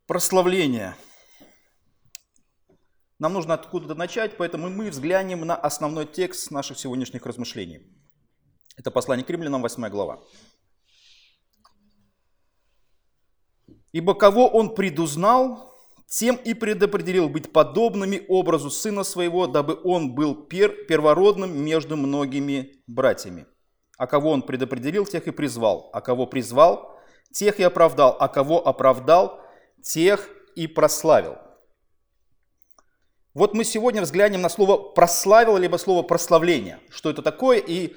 Прославление. Нам нужно откуда-то начать, поэтому мы взглянем на основной текст наших сегодняшних размышлений. Это послание к Римлянам, 8 глава. «Ибо кого он предузнал, тем и предопределил быть подобными образу Сына Своего, дабы он был первородным между многими братьями. А кого он предопределил, тех и призвал. А кого призвал, тех и оправдал. А кого оправдал, тех и прославил». Вот мы сегодня взглянем на слово «прославил», либо слово «прославление». Что это такое и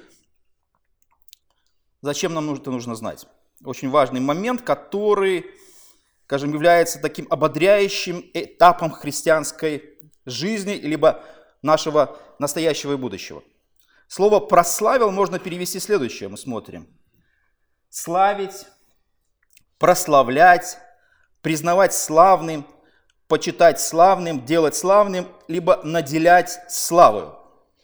зачем нам это нужно знать. Очень важный момент, который, скажем, является таким ободряющим этапом христианской жизни, либо нашего настоящего и будущего. Слово «прославил» можно перевести следующее, мы смотрим. Славить, прославлять, признавать славным, почитать славным, делать славным, либо наделять славою.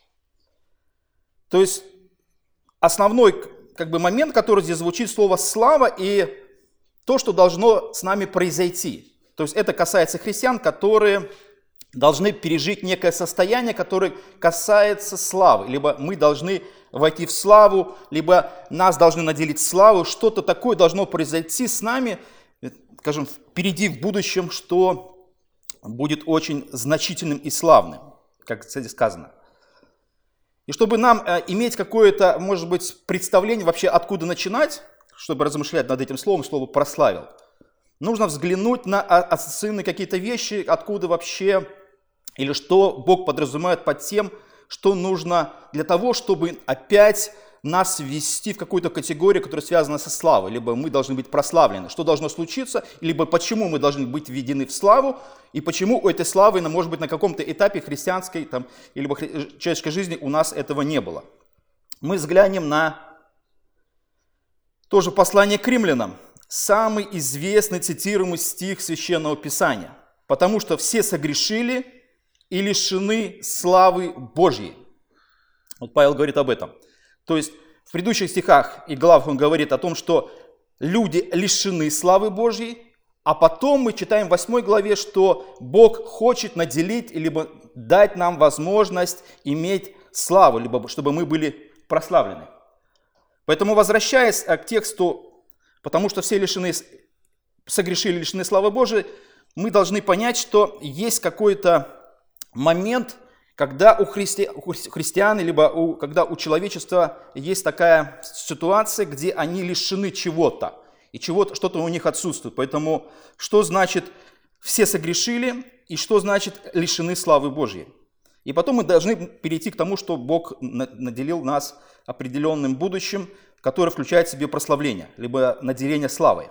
То есть основной момент, который здесь звучит, слово «слава» и то, что должно с нами произойти. То есть это касается христиан, которые должны пережить некое состояние, которое касается славы. Либо мы должны войти в славу, либо нас должны наделить славу. Что-то такое должно произойти с нами, скажем, впереди в будущем, что будет очень значительным и славным, как, кстати, сказано. И чтобы нам иметь какое-то, может быть, представление вообще, откуда начинать, чтобы размышлять над этим словом, слово «прославил», нужно взглянуть на ассоциативные какие-то вещи, откуда вообще, или что Бог подразумевает под тем, что нужно для того, чтобы опять нас ввести в какую-то категорию, которая связана со славой. Либо мы должны быть прославлены. Что должно случиться, либо почему мы должны быть введены в славу, и почему у этой славы, может быть, на каком-то этапе христианской либо человеческой жизни у нас этого не было. Мы взглянем на тоже послание к Римлянам. Самый известный цитируемый стих Священного Писания. «Потому что все согрешили и лишены славы Божьей». Вот Павел говорит об этом. То есть в предыдущих стихах и главах он говорит о том, что люди лишены славы Божьей, а потом мы читаем в 8 главе, что Бог хочет наделить, либо дать нам возможность иметь славу, либо чтобы мы были прославлены. Поэтому, возвращаясь к тексту, потому что все согрешили, лишены славы Божией, мы должны понять, что есть какой-то момент, когда у христиан, либо когда у человечества есть такая ситуация, где они лишены чего-то, и что-то у них отсутствует. Поэтому что значит «все согрешили» и что значит «лишены славы Божьей»? И потом мы должны перейти к тому, что Бог наделил нас определенным будущим, которое включает в себе прославление, либо наделение славой.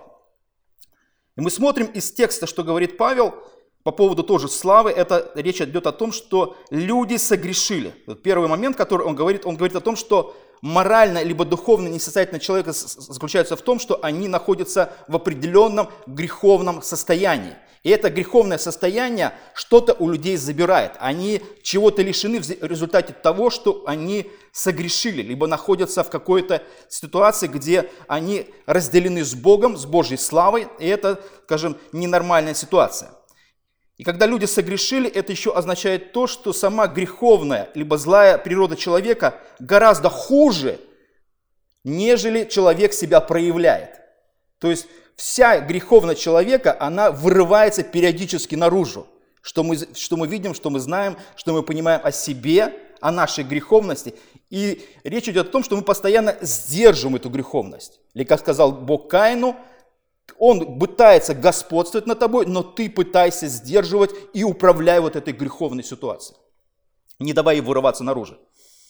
И мы смотрим из текста, что говорит Павел по поводу тоже славы. Это речь идет о том, что люди согрешили. Первый момент, который он говорит о том, что морально либо духовно несостоятельность человека заключается в том, что они находятся в определенном греховном состоянии. И это греховное состояние что-то у людей забирает. Они чего-то лишены в результате того, что они согрешили, либо находятся в какой-то ситуации, где они разделены с Богом, с Божьей славой, и это, скажем, ненормальная ситуация. И когда люди согрешили, это еще означает то, что сама греховная, либо злая природа человека гораздо хуже, нежели человек себя проявляет. То есть вся греховность человека, она вырывается периодически наружу. Что мы видим, что мы знаем, что мы понимаем о себе, о нашей греховности. И речь идет о том, что мы постоянно сдерживаем эту греховность. Или, как сказал Бог Каину, он пытается господствовать над тобой, но ты пытайся сдерживать и управляй вот этой греховной ситуацией. Не давай ей вырываться наружу.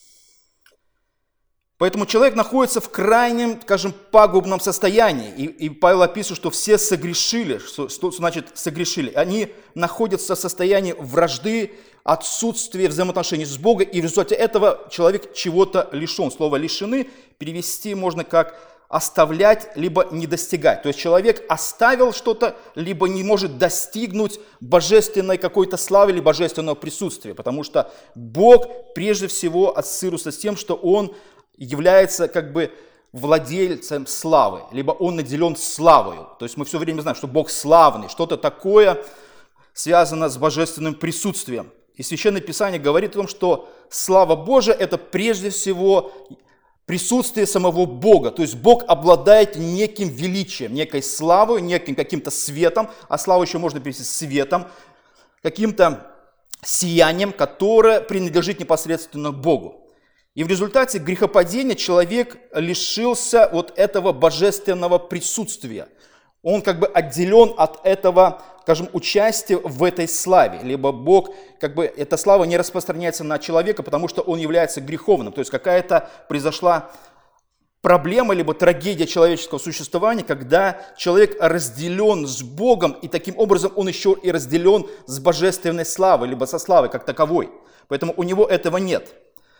Поэтому человек находится в крайнем, скажем, пагубном состоянии. И Павел описывает, что все согрешили. Что значит согрешили? Они находятся в состоянии вражды, отсутствия взаимоотношений с Богом. И в результате этого человек чего-то лишен. Слово «лишены» перевести можно как оставлять, либо не достигать. То есть человек оставил что-то, либо не может достигнуть божественной какой-то славы или божественного присутствия. Потому что Бог прежде всего ассоциируется с тем, что Он является владельцем славы, либо он наделен славою. То есть мы все время знаем, что Бог славный, что-то такое связано с божественным присутствием. И Священное Писание говорит о том, что слава Божия – это прежде всего присутствие самого Бога. То есть Бог обладает неким величием, некой славой, неким каким-то светом, а славу еще можно перевести светом, каким-то сиянием, которое принадлежит непосредственно Богу. И в результате грехопадения человек лишился вот этого божественного присутствия. Он как бы отделен от этого, скажем, участия в этой славе. Либо Бог, как бы эта слава не распространяется на человека, потому что он является греховным. То есть какая-то произошла проблема, либо трагедия человеческого существования, когда человек разделен с Богом, и таким образом он еще и разделен с божественной славой, либо со славой как таковой. Поэтому у него этого нет.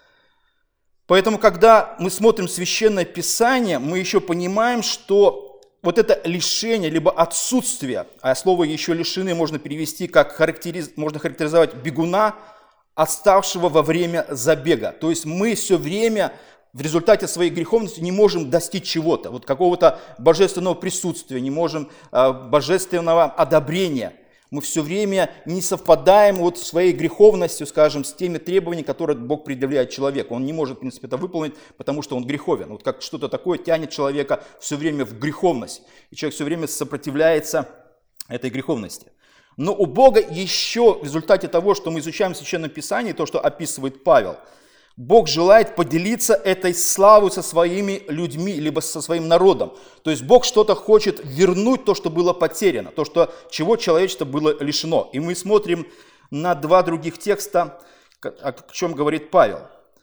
Поэтому, когда мы смотрим Священное Писание, мы еще понимаем, что вот это лишение, либо отсутствие, а слово еще лишены можно перевести как можно характеризовать бегуна, отставшего во время забега. То есть мы все время в результате своей греховности не можем достичь чего-то, вот какого-то божественного присутствия, не можем божественного одобрения. Мы все время не совпадаем вот своей греховностью, скажем, с теми требованиями, которые Бог предъявляет человеку. Он не может, в принципе, это выполнить, потому что он греховен. Вот как что-то такое тянет человека все время в греховность. И человек все время сопротивляется этой греховности. Но у Бога еще в результате того, что мы изучаем в Священном Писании, то, что описывает Павел, Бог желает поделиться этой славой со своими людьми, либо со своим народом. То есть Бог что-то хочет вернуть, то, что было потеряно, чего человечество было лишено. И мы смотрим на два других текста, о чем говорит Павел.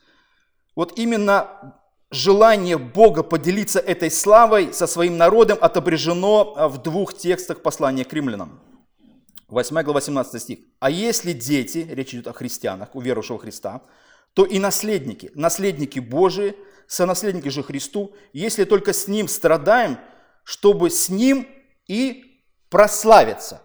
Вот именно желание Бога поделиться этой славой со своим народом отображено в двух текстах послания к римлянам. 8 глава, 17 стих. «А если дети, речь идет о христианах, уверовавшего Христа, то и наследники Божии, сонаследники же Христу, если только с Ним страдаем, чтобы с Ним и прославиться».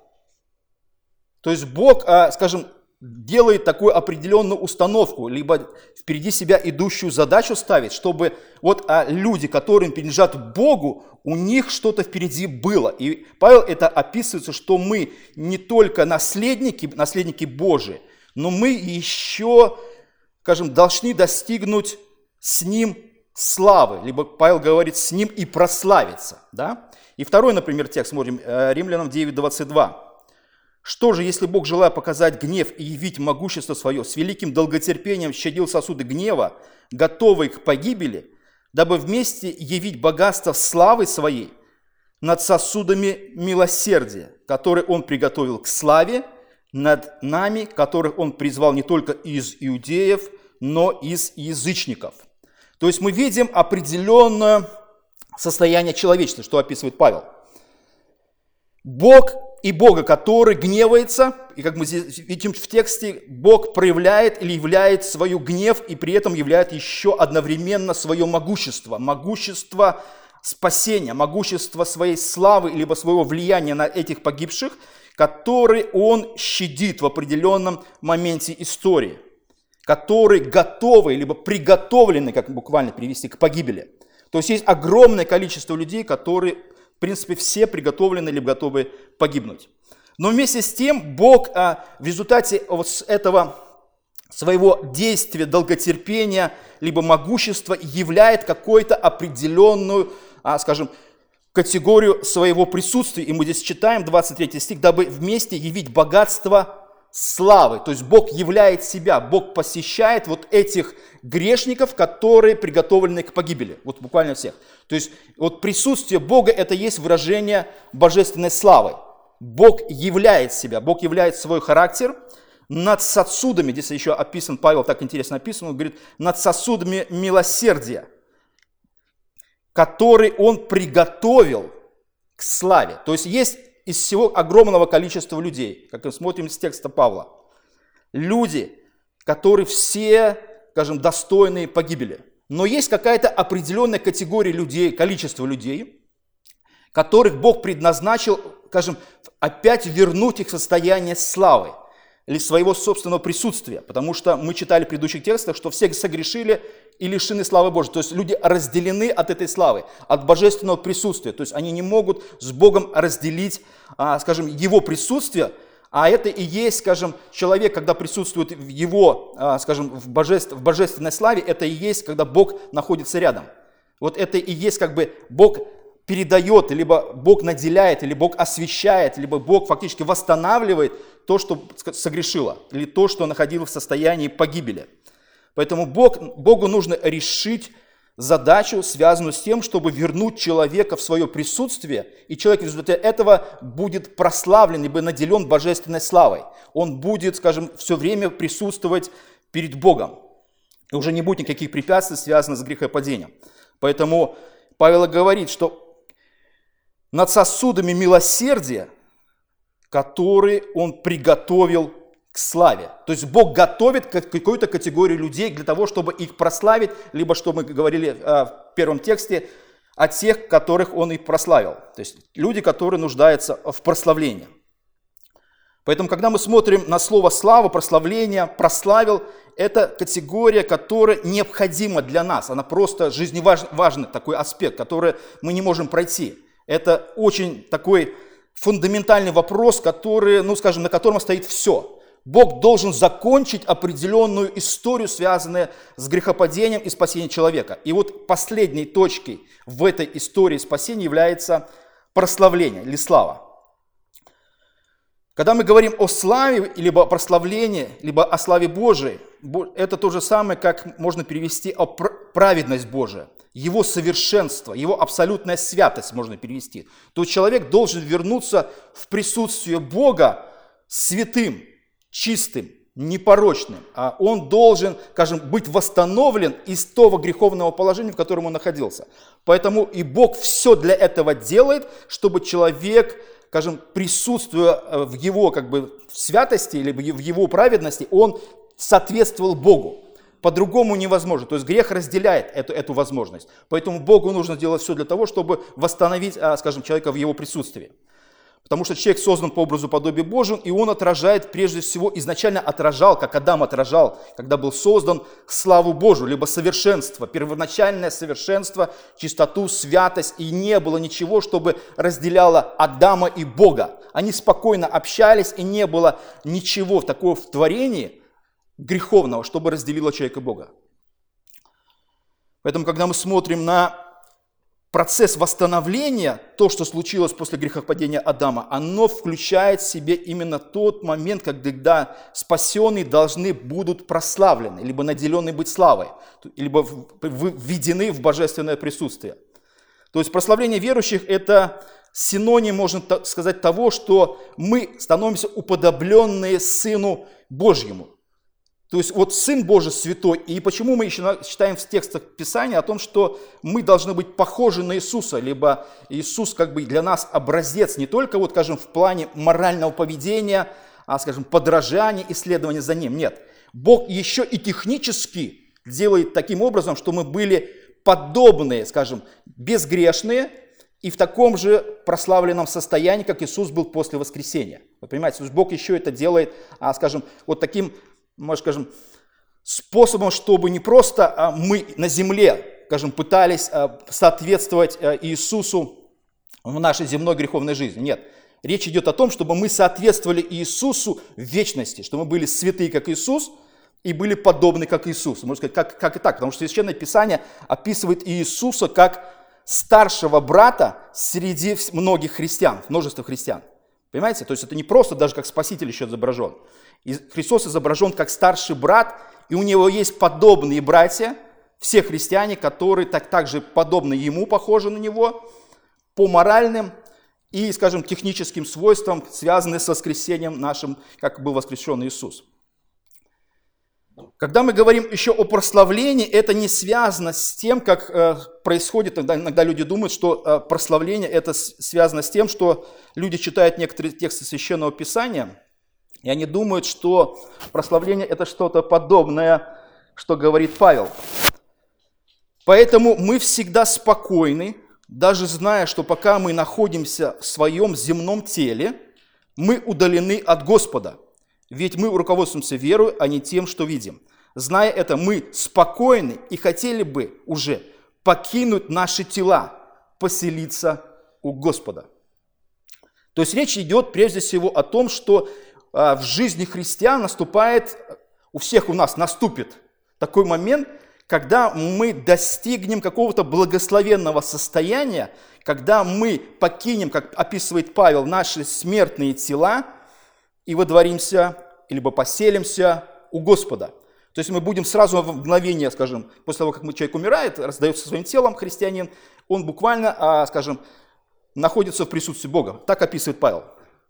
То есть Бог, скажем, делает такую определенную установку, либо впереди себя идущую задачу ставит, чтобы вот люди, которым принадлежат Богу, у них что-то впереди было. И Павел это описывается, что мы не только наследники Божии, но мы еще, скажем, должны достигнуть с Ним славы. Либо Павел говорит, с Ним и прославиться. Да? И второй, например, текст, смотрим, Римлянам 9:22. «Что же, если Бог, желая показать гнев и явить могущество свое, с великим долготерпением щадил сосуды гнева, готовые к погибели, дабы вместе явить богатство славы своей над сосудами милосердия, которые Он приготовил к славе, над нами, которых Он призвал не только из иудеев, но из язычников». То есть мы видим определенное состояние человечества, что описывает Павел. Бог и Бога, который гневается, и как мы здесь видим в тексте, Бог проявляет или являет свой гнев, и при этом являет еще одновременно свое могущество спасения, могущество своей славы, либо своего влияния на этих погибших, который Он щадит в определенном моменте истории, которые готовы, либо приготовлены, как буквально перевести, к погибели. То есть огромное количество людей, которые, в принципе, все приготовлены, либо готовы погибнуть. Но вместе с тем Бог в результате вот этого своего действия, долготерпения, либо могущества являет какую-то определенную, скажем, категорию своего присутствия. И мы здесь читаем 23 стих, дабы вместе явить богатство славы. То есть Бог являет себя, Бог посещает вот этих грешников, которые приготовлены к погибели. Вот буквально всех. То есть вот присутствие Бога – это есть выражение божественной славы. Бог являет себя, Бог являет свой характер над сосудами. Здесь еще описан, Павел так интересно описан, он говорит, над сосудами милосердия, который Он приготовил к славе. То есть из всего огромного количества людей, как мы смотрим из текста Павла, люди, которые все, скажем, достойные погибели. Но есть какая-то определенная категория людей, количество людей, которых Бог предназначил, скажем, опять вернуть их в состояние славы или своего собственного присутствия. Потому что мы читали в предыдущих текстах, что все согрешили и лишены славы Божьей. То есть люди разделены от этой славы, от божественного присутствия. То есть они не могут с Богом разделить, скажем, Его присутствие. А это и есть, скажем, человек, когда присутствует в его, скажем, в божественной славе, это и есть, когда Бог находится рядом. Вот это и есть, как бы Бог передает, либо Бог наделяет, или Бог освящает, либо Бог фактически восстанавливает то, что согрешило, или то, что находилось в состоянии погибели. Поэтому Богу нужно решить задачу, связанную с тем, чтобы вернуть человека в свое присутствие, и человек в результате этого будет прославлен, либо наделен божественной славой. Он будет, скажем, все время присутствовать перед Богом. И уже не будет никаких препятствий, связанных с грехопадением. Поэтому Павел говорит, что над сосудами милосердия, которые он приготовил к славе. То есть Бог готовит какую-то категорию людей для того, чтобы их прославить, либо, что мы говорили в первом тексте, о тех, которых он их прославил. То есть люди, которые нуждаются в прославлении. Поэтому, когда мы смотрим на слово «слава», «прославление», «прославил», это категория, которая необходима для нас. Она просто жизневажный такой аспект, который мы не можем пройти. Это очень такой фундаментальный вопрос, который, скажем, на котором стоит все. Бог должен закончить определенную историю, связанную с грехопадением и спасением человека. И вот последней точкой в этой истории спасения является прославление или слава. Когда мы говорим о славе, либо о прославлении, либо о славе Божией, это то же самое, как можно перевести о праведность Божия, Его совершенство, Его абсолютная святость можно перевести. То человек должен вернуться в присутствие Бога святым, чистым, непорочным. А он должен, скажем, быть восстановлен из того греховного положения, в котором он находился. Поэтому и Бог все для этого делает, чтобы человек, скажем, присутствуя в его святости или в его праведности, он соответствовал Богу. По-другому невозможно. То есть грех разделяет эту возможность. Поэтому Богу нужно делать все для того, чтобы восстановить, скажем, человека в его присутствии. Потому что человек создан по образу подобия Божьему, и он отражает, прежде всего, изначально отражал, как Адам отражал, когда был создан, славу Божию, либо совершенство, первоначальное совершенство, чистоту, святость, и не было ничего, чтобы разделяло Адама и Бога. Они спокойно общались, и не было ничего такого в творении греховного, чтобы разделило человека и Бога. Поэтому, когда мы смотрим на процесс восстановления, то, что случилось после грехопадения Адама, оно включает в себе именно тот момент, когда спасенные должны будут прославлены, либо наделены быть славой, либо введены в божественное присутствие. То есть прославление верующих – это синоним, можно сказать, того, что мы становимся уподобленные Сыну Божьему. То есть вот Сын Божий святой, и почему мы еще читаем в текстах Писания о том, что мы должны быть похожи на Иисуса, либо Иисус для нас образец не только в плане морального поведения, а, скажем, подражания, исследования за Ним. Нет, Бог еще и технически делает таким образом, что мы были подобные, скажем, безгрешные и в таком же прославленном состоянии, как Иисус был после воскресения. Вы понимаете, то есть Бог еще это делает, скажем, вот таким, способом, чтобы не просто мы на земле, скажем, пытались соответствовать Иисусу в нашей земной греховной жизни. Нет. Речь идет о том, чтобы мы соответствовали Иисусу в вечности, чтобы мы были святые, как Иисус, и были подобны, как Иисус. Можно сказать, как и так, потому что Священное Писание описывает Иисуса как старшего брата среди многих христиан, множества христиан. Понимаете? То есть это не просто даже как Спаситель еще изображен. И Христос изображен как старший брат, и у него есть подобные братья, все христиане, которые также подобны ему, похожи на него, по моральным и, скажем, техническим свойствам, связанные с воскресением нашим, как был воскрешен Иисус. Когда мы говорим еще о прославлении, это не связано с тем, как происходит, иногда люди думают, что прославление это связано с тем, что люди читают некоторые тексты Священного Писания, и они думают, что прославление это что-то подобное, что говорит Павел. Поэтому мы всегда спокойны, даже зная, что пока мы находимся в своем земном теле, мы удалены от Господа. Ведь мы руководствуемся верой, а не тем, что видим. Зная это, мы спокойны и хотели бы уже покинуть наши тела, поселиться у Господа. То есть речь идет прежде всего о том, что в жизни христиан у всех у нас наступит такой момент, когда мы достигнем какого-то благословенного состояния, когда мы покинем, как описывает Павел, наши смертные тела и водворимся, либо поселимся у Господа. То есть мы будем сразу в мгновение, скажем, после того, как человек умирает, раздается своим телом христианин, он буквально, скажем, находится в присутствии Бога. Так описывает Павел.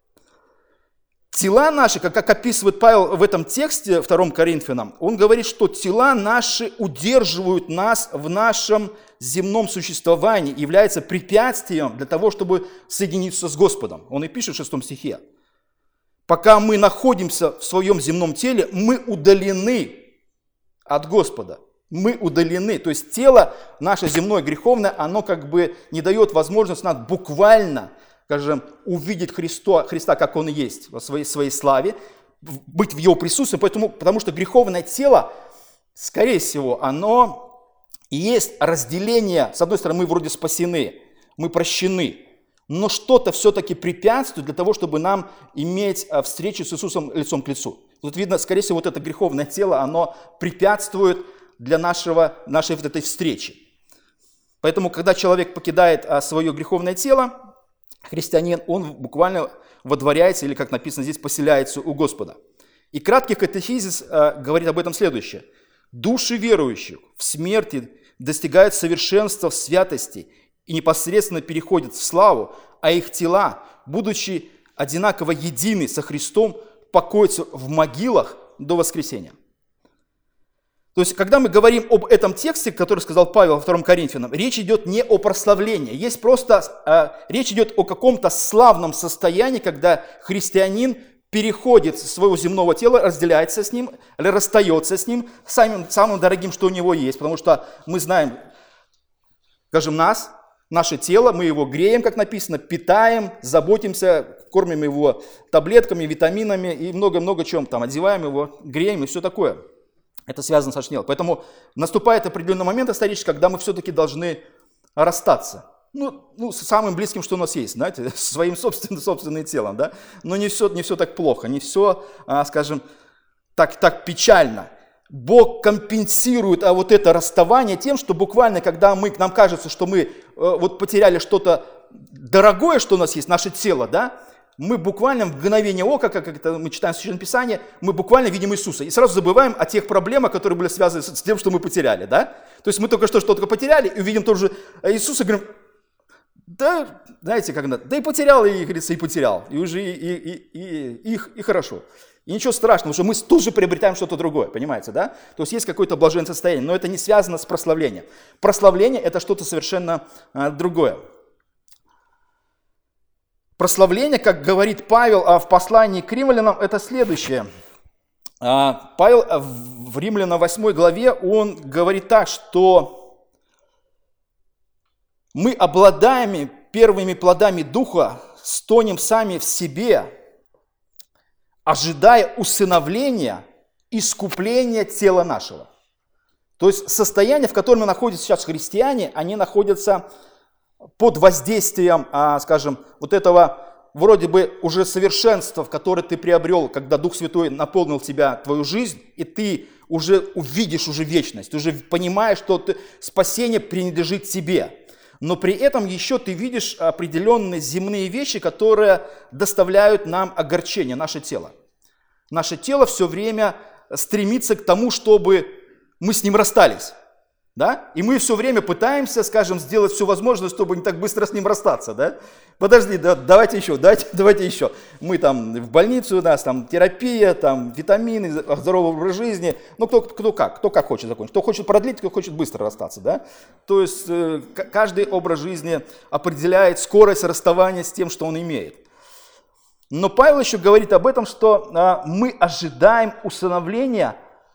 Тела наши, как описывает Павел в этом тексте, 2 Коринфянам, он говорит, что тела наши удерживают нас в нашем земном существовании, являются препятствием для того, чтобы соединиться с Господом. Он и пишет в 6 стихе. Пока мы находимся в своем земном теле, мы удалены от Господа. Мы удалены. То есть тело наше земное, греховное, оно как бы не дает возможности нам буквально, скажем, увидеть Христа, как Он есть, в своей славе, быть в Его присутствии, потому что греховное тело, скорее всего, оно и есть разделение. С одной стороны, мы вроде спасены, мы прощены, но что-то все-таки препятствует для того, чтобы нам иметь встречу с Иисусом лицом к лицу. Тут видно, скорее всего, вот это греховное тело, оно препятствует для нашей вот этой встречи. Поэтому, когда человек покидает свое греховное тело, христианин, он буквально водворяется, или, как написано здесь, поселяется у Господа. И краткий катехизис говорит об этом следующее. Души верующих в смерти достигают совершенства в святости и непосредственно переходят в славу, а их тела, будучи одинаково едины со Христом, покоятся в могилах до воскресения. То есть, когда мы говорим об этом тексте, который сказал Павел во 2 Коринфянам, речь идет не о прославлении, речь идет о каком-то славном состоянии, когда христианин переходит со своего земного тела, разделяется с ним, или расстается с ним, самым дорогим, что у него есть, потому что мы знаем, скажем, наше тело, мы его греем, как написано, питаем, заботимся, кормим его таблетками, витаминами и много-много чем там, одеваем его, греем и все такое. Это связано со шнел. Поэтому наступает определенный момент исторический, когда мы все-таки должны расстаться. Ну, с самым близким, что у нас есть, знаете, со своим собственным телом, да. Но не все так плохо, не все, скажем, так печально. Бог компенсирует вот это расставание тем, что буквально, когда нам кажется, что мы вот потеряли что-то дорогое, что у нас есть, наше тело, да, мы буквально в мгновение ока, как это мы читаем в Священном Писании, мы буквально видим Иисуса. И сразу забываем о тех проблемах, которые были связаны с тем, что мы потеряли, да. То есть мы только что что-то потеряли, и увидим тоже Иисуса, и говорим, да, знаете, да и потерял, и, говорится, и потерял, и уже и хорошо. И ничего страшного, потому что мы тут же приобретаем что-то другое, понимаете, да? То есть есть какое-то блаженное состояние, но это не связано с прославлением. Прославление – это что-то совершенно другое. Прославление, как говорит Павел в послании к римлянам, это следующее. Павел в Римлянам 8 главе, он говорит так, что мы обладаем первыми плодами Духа, стонем сами в себе, ожидая усыновления, искупления тела нашего. То есть состояние, в котором находятся сейчас христиане, они находятся под воздействием, скажем, вот этого вроде бы уже совершенства, которое ты приобрел, когда Дух Святой наполнил тебя, твою жизнь, и ты уже увидишь вечность, ты уже понимаешь, что спасение принадлежит тебе. Но при этом еще ты видишь определенные земные вещи, которые доставляют нам огорчение, наше тело. Наше тело все время стремится к тому, чтобы мы с ним расстались. Да? И мы все время пытаемся, скажем, сделать все возможное, чтобы не так быстро с ним расстаться. Да? Подожди, давайте еще. Мы там в больницу, у нас там терапия, там витамины, здоровый образ жизни. Ну, кто как хочет закончить. Кто хочет продлить, кто хочет быстро расстаться. Да? То есть каждый образ жизни определяет скорость расставания с тем, что он имеет. Но Павел еще говорит об этом, что мы ожидаем усыновления,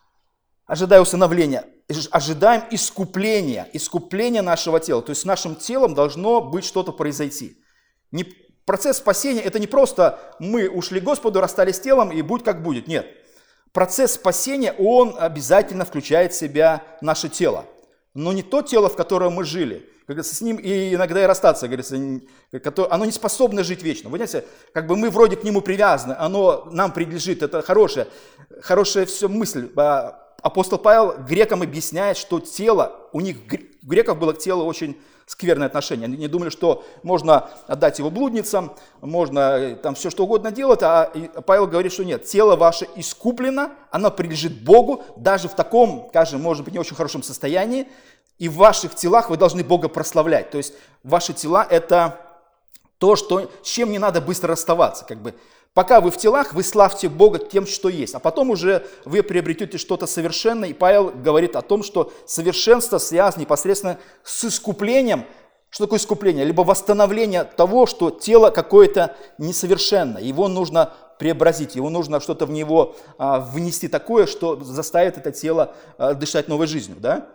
ожидаем искупления нашего тела. То есть с нашим телом должно быть что-то произойти. Процесс спасения – это не просто мы ушли к Господу, расстались с телом и будь как будет. Нет. процесс спасения, он обязательно включает в себя наше тело. Но не то тело, в котором мы жили. Как говорится, с ним и иногда и расстаться, говорится, оно не способно жить вечно. Вы знаете, как бы мы вроде к нему привязаны, оно нам принадлежит, это хорошая все мысль. Апостол Павел грекам объясняет, что тело, у греков было к телу очень скверное отношение. Они не думали, что можно отдать его блудницам, можно там все что угодно делать, а Павел говорит, что нет, тело ваше искуплено, оно принадлежит Богу, даже в таком, скажем, может быть, не очень хорошем состоянии, и в ваших телах вы должны Бога прославлять. То есть ваши тела – это то, с чем не надо быстро расставаться. Как бы. Пока вы в телах, вы славьте Бога тем, что есть. А потом уже вы приобретете что-то совершенное. И Павел говорит о том, что совершенство связано непосредственно с искуплением. Что такое искупление? Либо восстановление того, что тело какое-то несовершенное. Его нужно преобразить, его нужно что-то в него внести такое, что заставит это тело дышать новой жизнью. Да?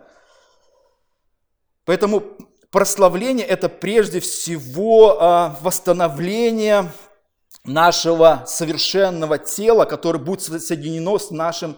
Поэтому прославление – это прежде всего восстановление нашего совершенного тела, которое будет соединено с нашей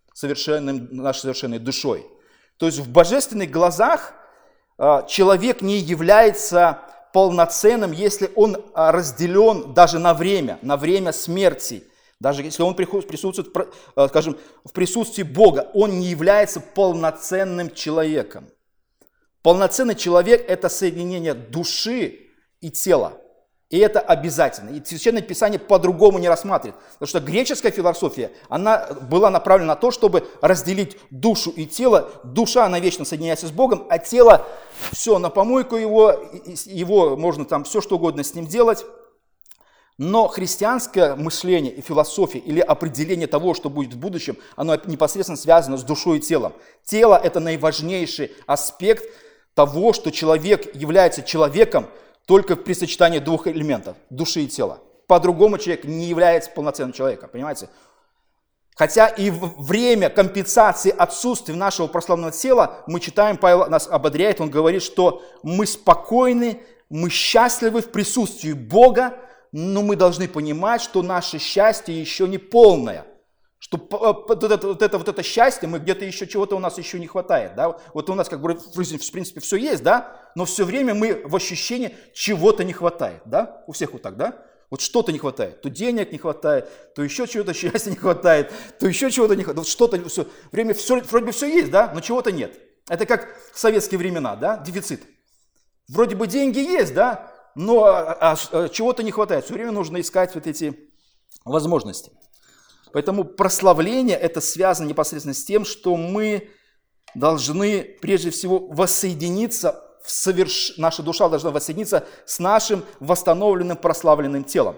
совершенной душой. То есть в божественных глазах человек не является полноценным, если он разделен даже на время смерти. Даже если он присутствует, скажем, в присутствии Бога, он не является полноценным человеком. Полноценный человек – это соединение души и тела. И это обязательно. И Священное Писание по-другому не рассматривает. Потому что греческая философия, она была направлена на то, чтобы разделить душу и тело. Душа, она вечно соединяется с Богом, а тело, все, на помойку его можно там все что угодно с ним делать. Но христианское мышление и философия или определение того, что будет в будущем, оно непосредственно связано с душой и телом. Тело – это наиважнейший аспект того, что человек является человеком только при сочетании двух элементов – души и тела. По-другому человек не является полноценным человеком, понимаете? Хотя и время компенсации отсутствия нашего прославленного тела, мы читаем, Павел нас ободряет, он говорит, что мы спокойны, мы счастливы в присутствии Бога, но мы должны понимать, что наше счастье еще не полное. Что вот это счастье, мы где-то еще чего-то у нас еще не хватает. Да? Вот у нас как бы в жизни, в принципе, все есть, да? Но все время мы в ощущении чего-то не хватает. Да? У всех вот так, да? Вот что-то не хватает. То денег не хватает, то еще чего-то счастья не хватает, то еще чего-то не хватает. Вот что-то, все. Время вроде бы все есть, да? Но чего-то нет. Это как в советские времена, да? Дефицит. Вроде бы деньги есть, да? Но чего-то не хватает. Все время нужно искать вот эти возможности. Поэтому прославление это связано непосредственно с тем, что мы должны прежде всего воссоединиться, наша душа должна воссоединиться с нашим восстановленным, прославленным телом.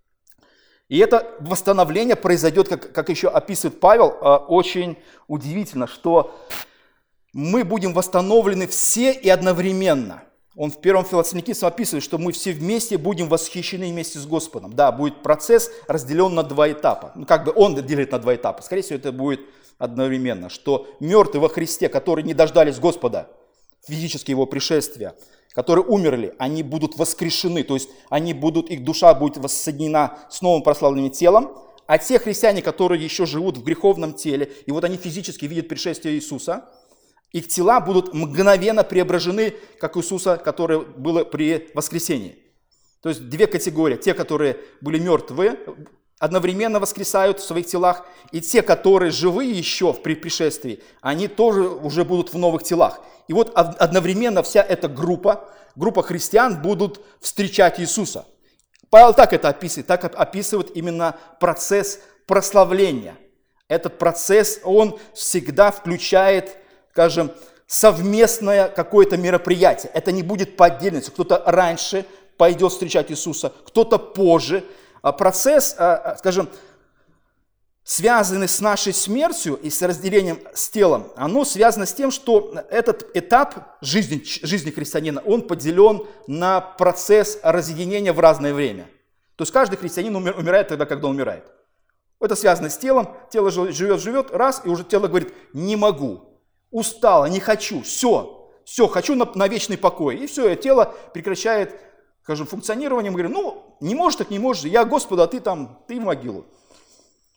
И это восстановление произойдет, как еще описывает Павел, очень удивительно, что мы будем восстановлены все и одновременно. Он в 1 Фессалоникийцам описывает, что мы все вместе будем восхищены вместе с Господом. Да, будет процесс разделен на два этапа. Ну, как бы он делит на два этапа. Скорее всего, это будет одновременно. Что мертвые во Христе, которые не дождались Господа, физически его пришествия, которые умерли, они будут воскрешены. То есть их душа будет воссоединена с новым прославленным телом. А те христиане, которые еще живут в греховном теле, и вот они физически видят пришествие Иисуса, их тела будут мгновенно преображены, как у Иисуса, которое было при воскресении. То есть две категории. Те, которые были мертвы, одновременно воскресают в своих телах. И те, которые живы еще при пришествии, они тоже уже будут в новых телах. И вот одновременно вся эта группа христиан будут встречать Иисуса. Павел так это описывает, так описывает именно процесс прославления. Этот процесс, он всегда включает, скажем, совместное какое-то мероприятие. Это не будет по отдельности. Кто-то раньше пойдет встречать Иисуса, кто-то позже. Процесс, скажем, связанный с нашей смертью и с разделением с телом, оно связано с тем, что этот этап жизни христианина, он поделен на процесс разъединения в разное время. То есть каждый христианин умирает тогда, когда он умирает. Это связано с телом. Тело живет, раз, и уже тело говорит: не могу. Устала, не хочу, все, хочу на вечный покой. И все, и тело прекращает, скажем, функционирование. Мы говорим: ну, не можешь, так не можешь, я Господу, а ты в могилу.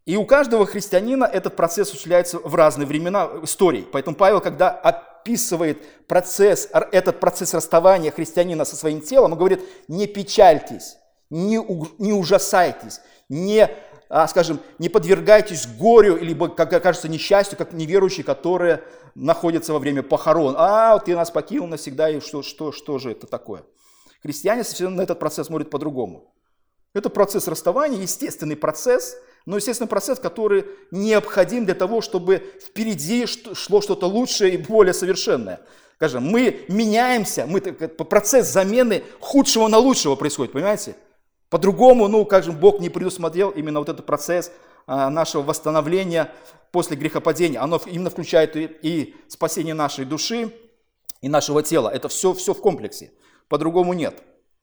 И у каждого христианина этот процесс осуществляется в разные времена истории. Поэтому Павел, когда описывает этот процесс расставания христианина со своим телом, он говорит: не печальтесь, не ужасайтесь, не подвергайтесь горю, либо, как кажется, несчастью, как неверующие, которые находятся во время похорон. Ты нас покинул навсегда, и что же это такое? Христиане совсем на этот процесс смотрят по-другому. Это процесс расставания, естественный процесс, но естественный процесс, который необходим для того, чтобы впереди шло что-то лучшее и более совершенное. Скажем, мы меняемся, процесс замены худшего на лучшего происходит, понимаете? По-другому, Бог не предусмотрел именно вот этот процесс нашего восстановления после грехопадения. Оно именно включает и спасение нашей души, и нашего тела. Это все в комплексе. По-другому нет.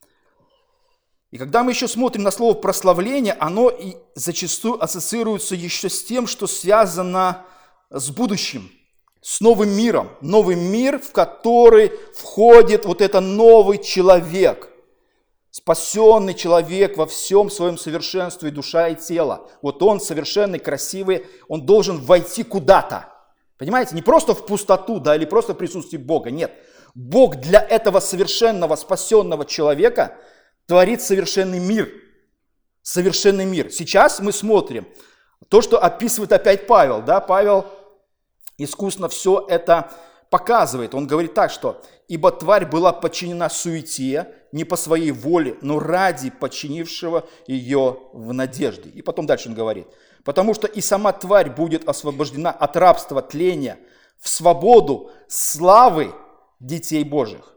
И когда мы еще смотрим на слово прославление, оно и зачастую ассоциируется еще с тем, что связано с будущим, с новым миром. Новый мир, в который входит вот это новый человек. Спасенный человек во всем своем совершенстве, душа и тело. Вот он совершенный, красивый, он должен войти куда-то. Понимаете, не просто в пустоту, или просто в присутствии Бога, нет. Бог для этого совершенного, спасенного человека творит совершенный мир. Совершенный мир. Сейчас мы смотрим то, что описывает опять Павел. Павел искусно все это показывает. Он говорит так, что «Ибо тварь была подчинена суете, не по своей воле, но ради подчинившего ее в надежде». И потом дальше он говорит: «Потому что и сама тварь будет освобождена от рабства тления в свободу славы детей Божьих».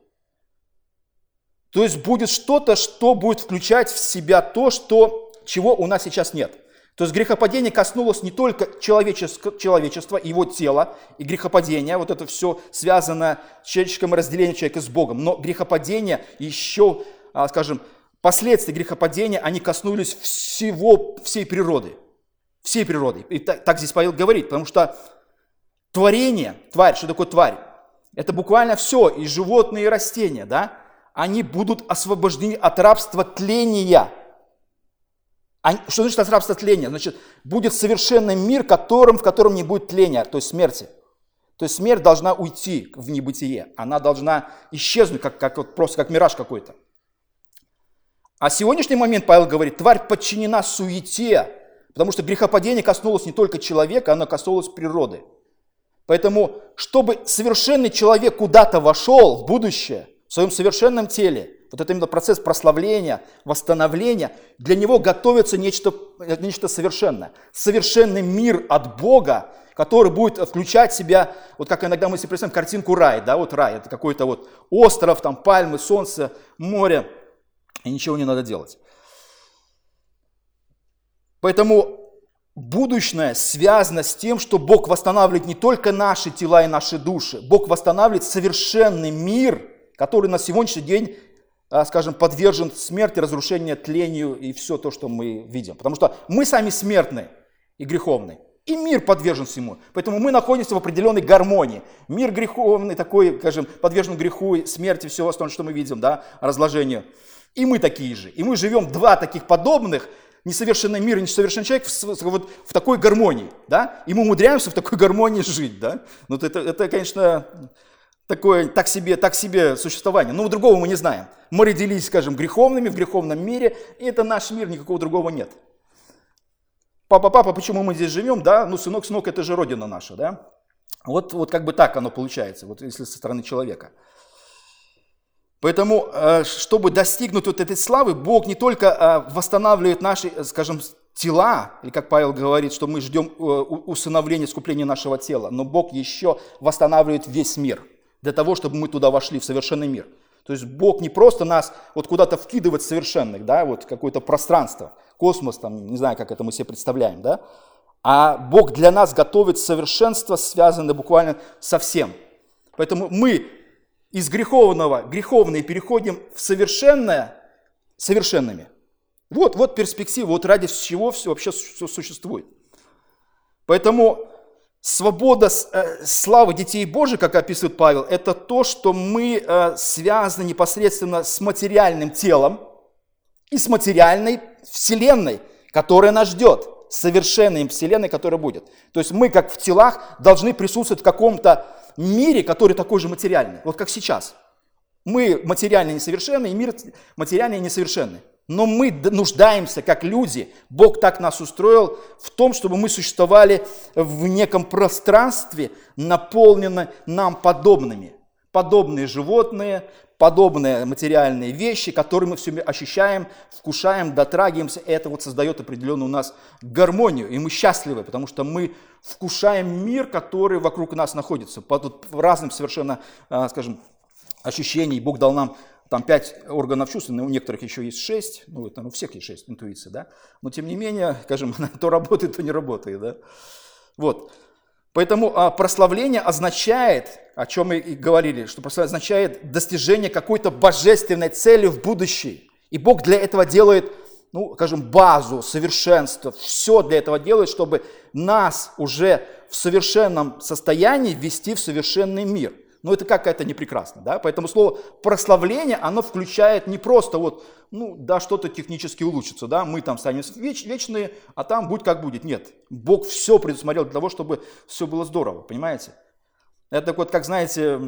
То есть будет что-то, что будет включать в себя то, чего у нас сейчас нет. То есть грехопадение коснулось не только человечества, его тела и грехопадения, вот это все связано с человеческим разделением человека с Богом, но грехопадение еще, последствия грехопадения, они коснулись всей природы. Всей природы. И так здесь Павел говорит, потому что творение, тварь, что такое тварь? Это буквально все, и животные, и растения, они будут освобождены от рабства тления. Что значит от рабства тления? Значит, будет совершенный мир, в котором не будет тления, то есть смерти. То есть смерть должна уйти в небытие, она должна исчезнуть, просто как мираж какой-то. А сегодняшний момент, Павел говорит, тварь подчинена суете, потому что грехопадение коснулось не только человека, оно коснулось природы. Поэтому, чтобы совершенный человек куда-то вошел в будущее, в своем совершенном теле, вот это именно процесс прославления, восстановления, для него готовится нечто совершенное. Совершенный мир от Бога, который будет включать в себя, вот как иногда мы себе представим картинку рай, рай, это какой-то остров, там пальмы, солнце, море, и ничего не надо делать. Поэтому будущее связано с тем, что Бог восстанавливает не только наши тела и наши души, Бог восстанавливает совершенный мир, который на сегодняшний день, подвержен смерти, разрушению, тлению и все то, что мы видим. Потому что мы сами смертны и греховны, и мир подвержен всему. Поэтому мы находимся в определенной гармонии. Мир греховный, такой, подвержен греху, смерти, всего остального, что мы видим, разложению. И мы такие же. И мы живем два таких подобных, несовершенный мир и несовершенный человек в такой гармонии. И мы умудряемся в такой гармонии жить. Это, конечно... так себе существование. Но другого мы не знаем. Мы родились, греховными в греховном мире, и это наш мир, никакого другого нет. Папа, почему мы здесь живем? Сынок, это же родина наша, Вот так оно получается, если со стороны человека. Поэтому, чтобы достигнуть этой славы, Бог не только восстанавливает наши, тела, или как Павел говорит, что мы ждем усыновления, искупления нашего тела, но Бог еще восстанавливает весь мир. Для того, чтобы мы туда вошли, в совершенный мир. То есть Бог не просто нас куда-то вкидывает совершенных, какое-то пространство, космос, не знаю, как это мы себе представляем, а Бог для нас готовит совершенство, связанное буквально со всем. Поэтому мы из греховные переходим в совершенное совершенными. Вот перспектива, ради чего все вообще существует. Поэтому свобода славы детей Божьих, как описывает Павел, это то, что мы связаны непосредственно с материальным телом и с материальной вселенной, которая нас ждет. совершенной вселенной, которая будет. То есть мы, как в телах, должны присутствовать в каком-то мире, который такой же материальный. Вот как сейчас. Мы материально несовершенны, и мир материально несовершенный. Но мы нуждаемся, как люди, Бог так нас устроил, в том, чтобы мы существовали в неком пространстве, наполненном нам подобными. Подобные животные, подобные материальные вещи, которые мы все время ощущаем, вкушаем, дотрагиваемся. Это вот создает определенную у нас гармонию. И мы счастливы, потому что мы вкушаем мир, который вокруг нас находится. По разным совершенно, скажем, ощущений. Бог дал нам там 5 органов чувств, но у некоторых еще есть 6, у всех есть 6 интуиций, да. Но тем не менее, скажем, она то работает, то не работает, да. Вот. Поэтому прославление означает, о чем мы и говорили, что прославление означает достижение какой-то божественной цели в будущем. И Бог для этого делает, скажем, базу, совершенство, все для этого делает, чтобы нас уже в совершенном состоянии ввести в совершенный мир. Но это как-то не прекрасно, да? Поэтому слово прославление, оно включает не просто что-то технически улучшится, да? Мы там станем вечные, а там будь как будет. Нет, Бог все предусмотрел для того, чтобы все было здорово, понимаете? Это вот, как знаете,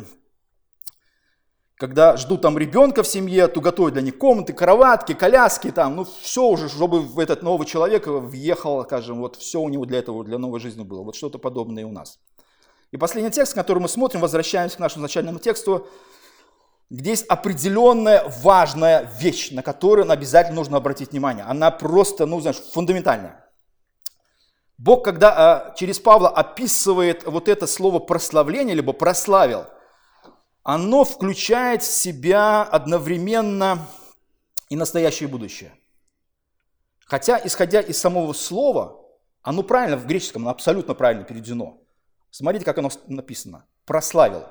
когда ждут там ребенка в семье, то готовят для них комнаты, кроватки, коляски, там, все уже, чтобы в этот новый человек въехал, скажем, вот все у него для этого, для новой жизни было. Вот что-то подобное и у нас. И последний текст, который мы смотрим, возвращаемся к нашему начальному тексту, где есть определенная важная вещь, на которую обязательно нужно обратить внимание. Она просто, фундаментальная. Бог, когда через Павла описывает вот это слово прославление, либо прославил, оно включает в себя одновременно и настоящее и будущее. Хотя, исходя из самого слова, оно правильно в греческом, оно абсолютно правильно переведено. Смотрите, как оно написано. Прославил.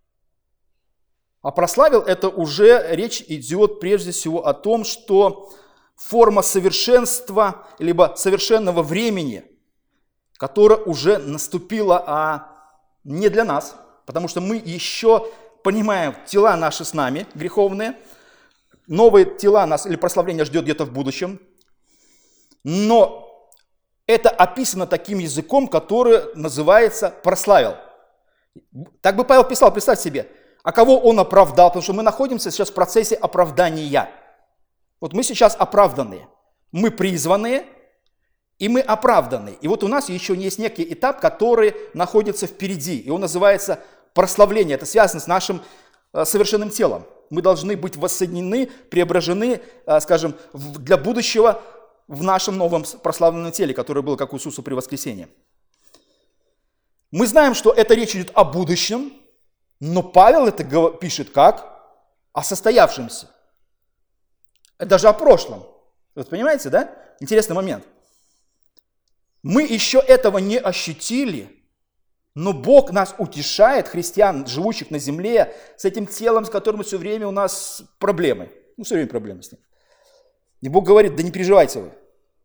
А прославил, это уже речь идет прежде всего о том, что форма совершенства, либо совершенного времени, которая уже наступила, не для нас, потому что мы еще понимаем, тела наши с нами, греховные, новые тела нас, или прославление ждет где-то в будущем, но это описано таким языком, который называется «прославил». Так бы Павел писал, представьте себе, а кого он оправдал, потому что мы находимся сейчас в процессе оправдания. Вот мы сейчас оправданные, мы призванные, и мы оправданы. И вот у нас еще есть некий этап, который находится впереди, и он называется прославление. Это связано с нашим совершенным телом. Мы должны быть воссоединены, преображены, скажем, для будущего в нашем новом прославленном теле, которое было как у Иисуса при воскресении. Мы знаем, что это речь идет о будущем, но Павел это пишет как? О состоявшемся. Даже о прошлом. Вы понимаете, да? Интересный момент. Мы еще этого не ощутили, но Бог нас утешает, христиан, живущих на земле, с этим телом, с которым все время у нас проблемы. Все время проблемы с ним. И Бог говорит, да не переживайте вы.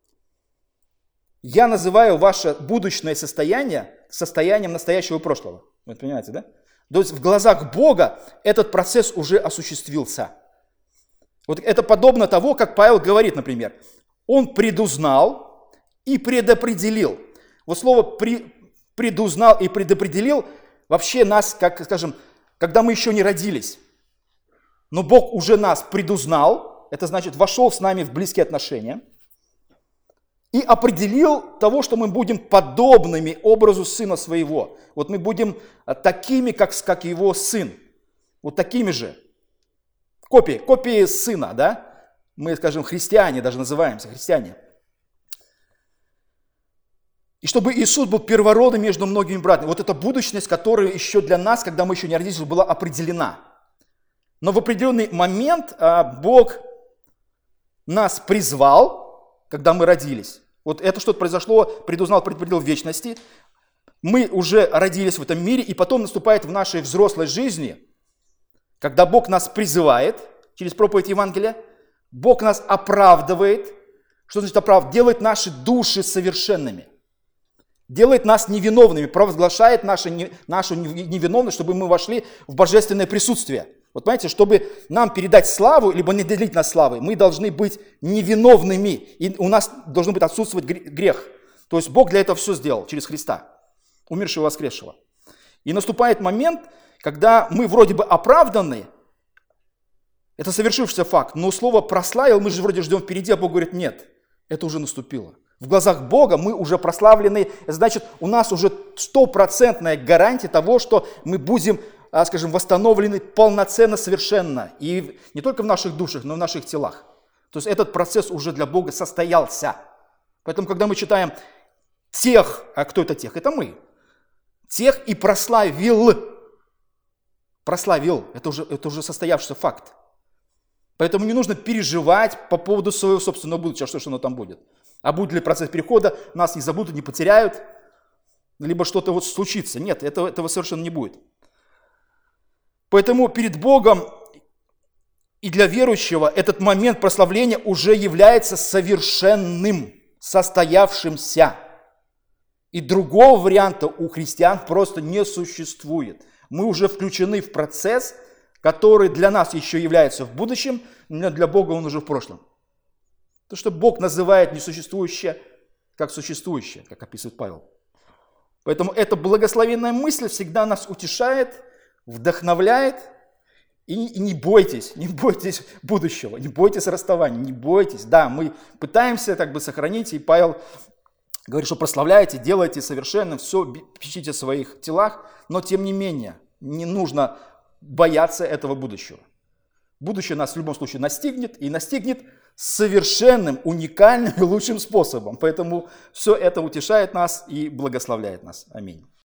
Я называю ваше будущее состояние состоянием настоящего прошлого. Вы понимаете, да? То есть в глазах Бога этот процесс уже осуществился. Вот это подобно того, как Павел говорит, например, он предузнал и предопределил. Вот слово предузнал и предопределил вообще нас, как, скажем, когда мы еще не родились. Но Бог уже нас предузнал, это значит вошел с нами в близкие отношения и определил того, что мы будем подобными образу Сына Своего. Вот мы будем такими, как Его Сын. Вот такими же. Копии Сына, да? Мы, скажем, христиане, даже называемся христиане. И чтобы Иисус был первородным между многими братьями. Вот эта будущность, которая еще для нас, когда мы еще не родились, была определена. Но в определенный момент Бог нас призвал, когда мы родились. Вот это что-то произошло, предузнал, предопределил в вечности. Мы уже родились в этом мире, и потом наступает в нашей взрослой жизни, когда Бог нас призывает через проповедь Евангелия, Бог нас оправдывает. Что значит оправдывает? Делает наши души совершенными. Делает нас невиновными, провозглашает нашу невиновность, чтобы мы вошли в божественное присутствие. Вот понимаете, чтобы нам передать славу, либо не делить нас славой, мы должны быть невиновными, и у нас должен быть отсутствовать грех. То есть Бог для этого все сделал через Христа, умершего и воскресшего. И наступает момент, когда мы вроде бы оправданы, это совершившийся факт, но слово прославил, мы же вроде ждем впереди, а Бог говорит, нет, это уже наступило. В глазах Бога мы уже прославлены, значит, у нас уже 100% гарантия того, что мы будем, скажем, восстановлены полноценно, совершенно. И не только в наших душах, но и в наших телах. То есть этот процесс уже для Бога состоялся. Поэтому, когда мы читаем тех, а кто это тех? Это мы. Тех и прославил. Прославил. Это уже состоявшийся факт. Поэтому не нужно переживать по поводу своего собственного будущего, что оно там будет. А будет ли процесс перехода, нас не забудут, не потеряют, либо что-то вот случится. Нет, этого совершенно не будет. Поэтому перед Богом и для верующего этот момент прославления уже является совершенным, состоявшимся. И другого варианта у христиан просто не существует. Мы уже включены в процесс, который для нас еще является в будущем, но для Бога он уже в прошлом. То, что Бог называет несуществующее как существующее, как описывает Павел. Поэтому эта благословенная мысль всегда нас утешает, вдохновляет. И не бойтесь будущего, не бойтесь расставания, не бойтесь. Да, мы пытаемся сохранить, и Павел говорит, что прославляйте, делайте совершенным, все пишите в своих телах, но тем не менее не нужно бояться этого будущего. Будущее нас в любом случае настигнет, и настигнет совершенным, уникальным и лучшим способом. Поэтому все это утешает нас и благословляет нас. Аминь.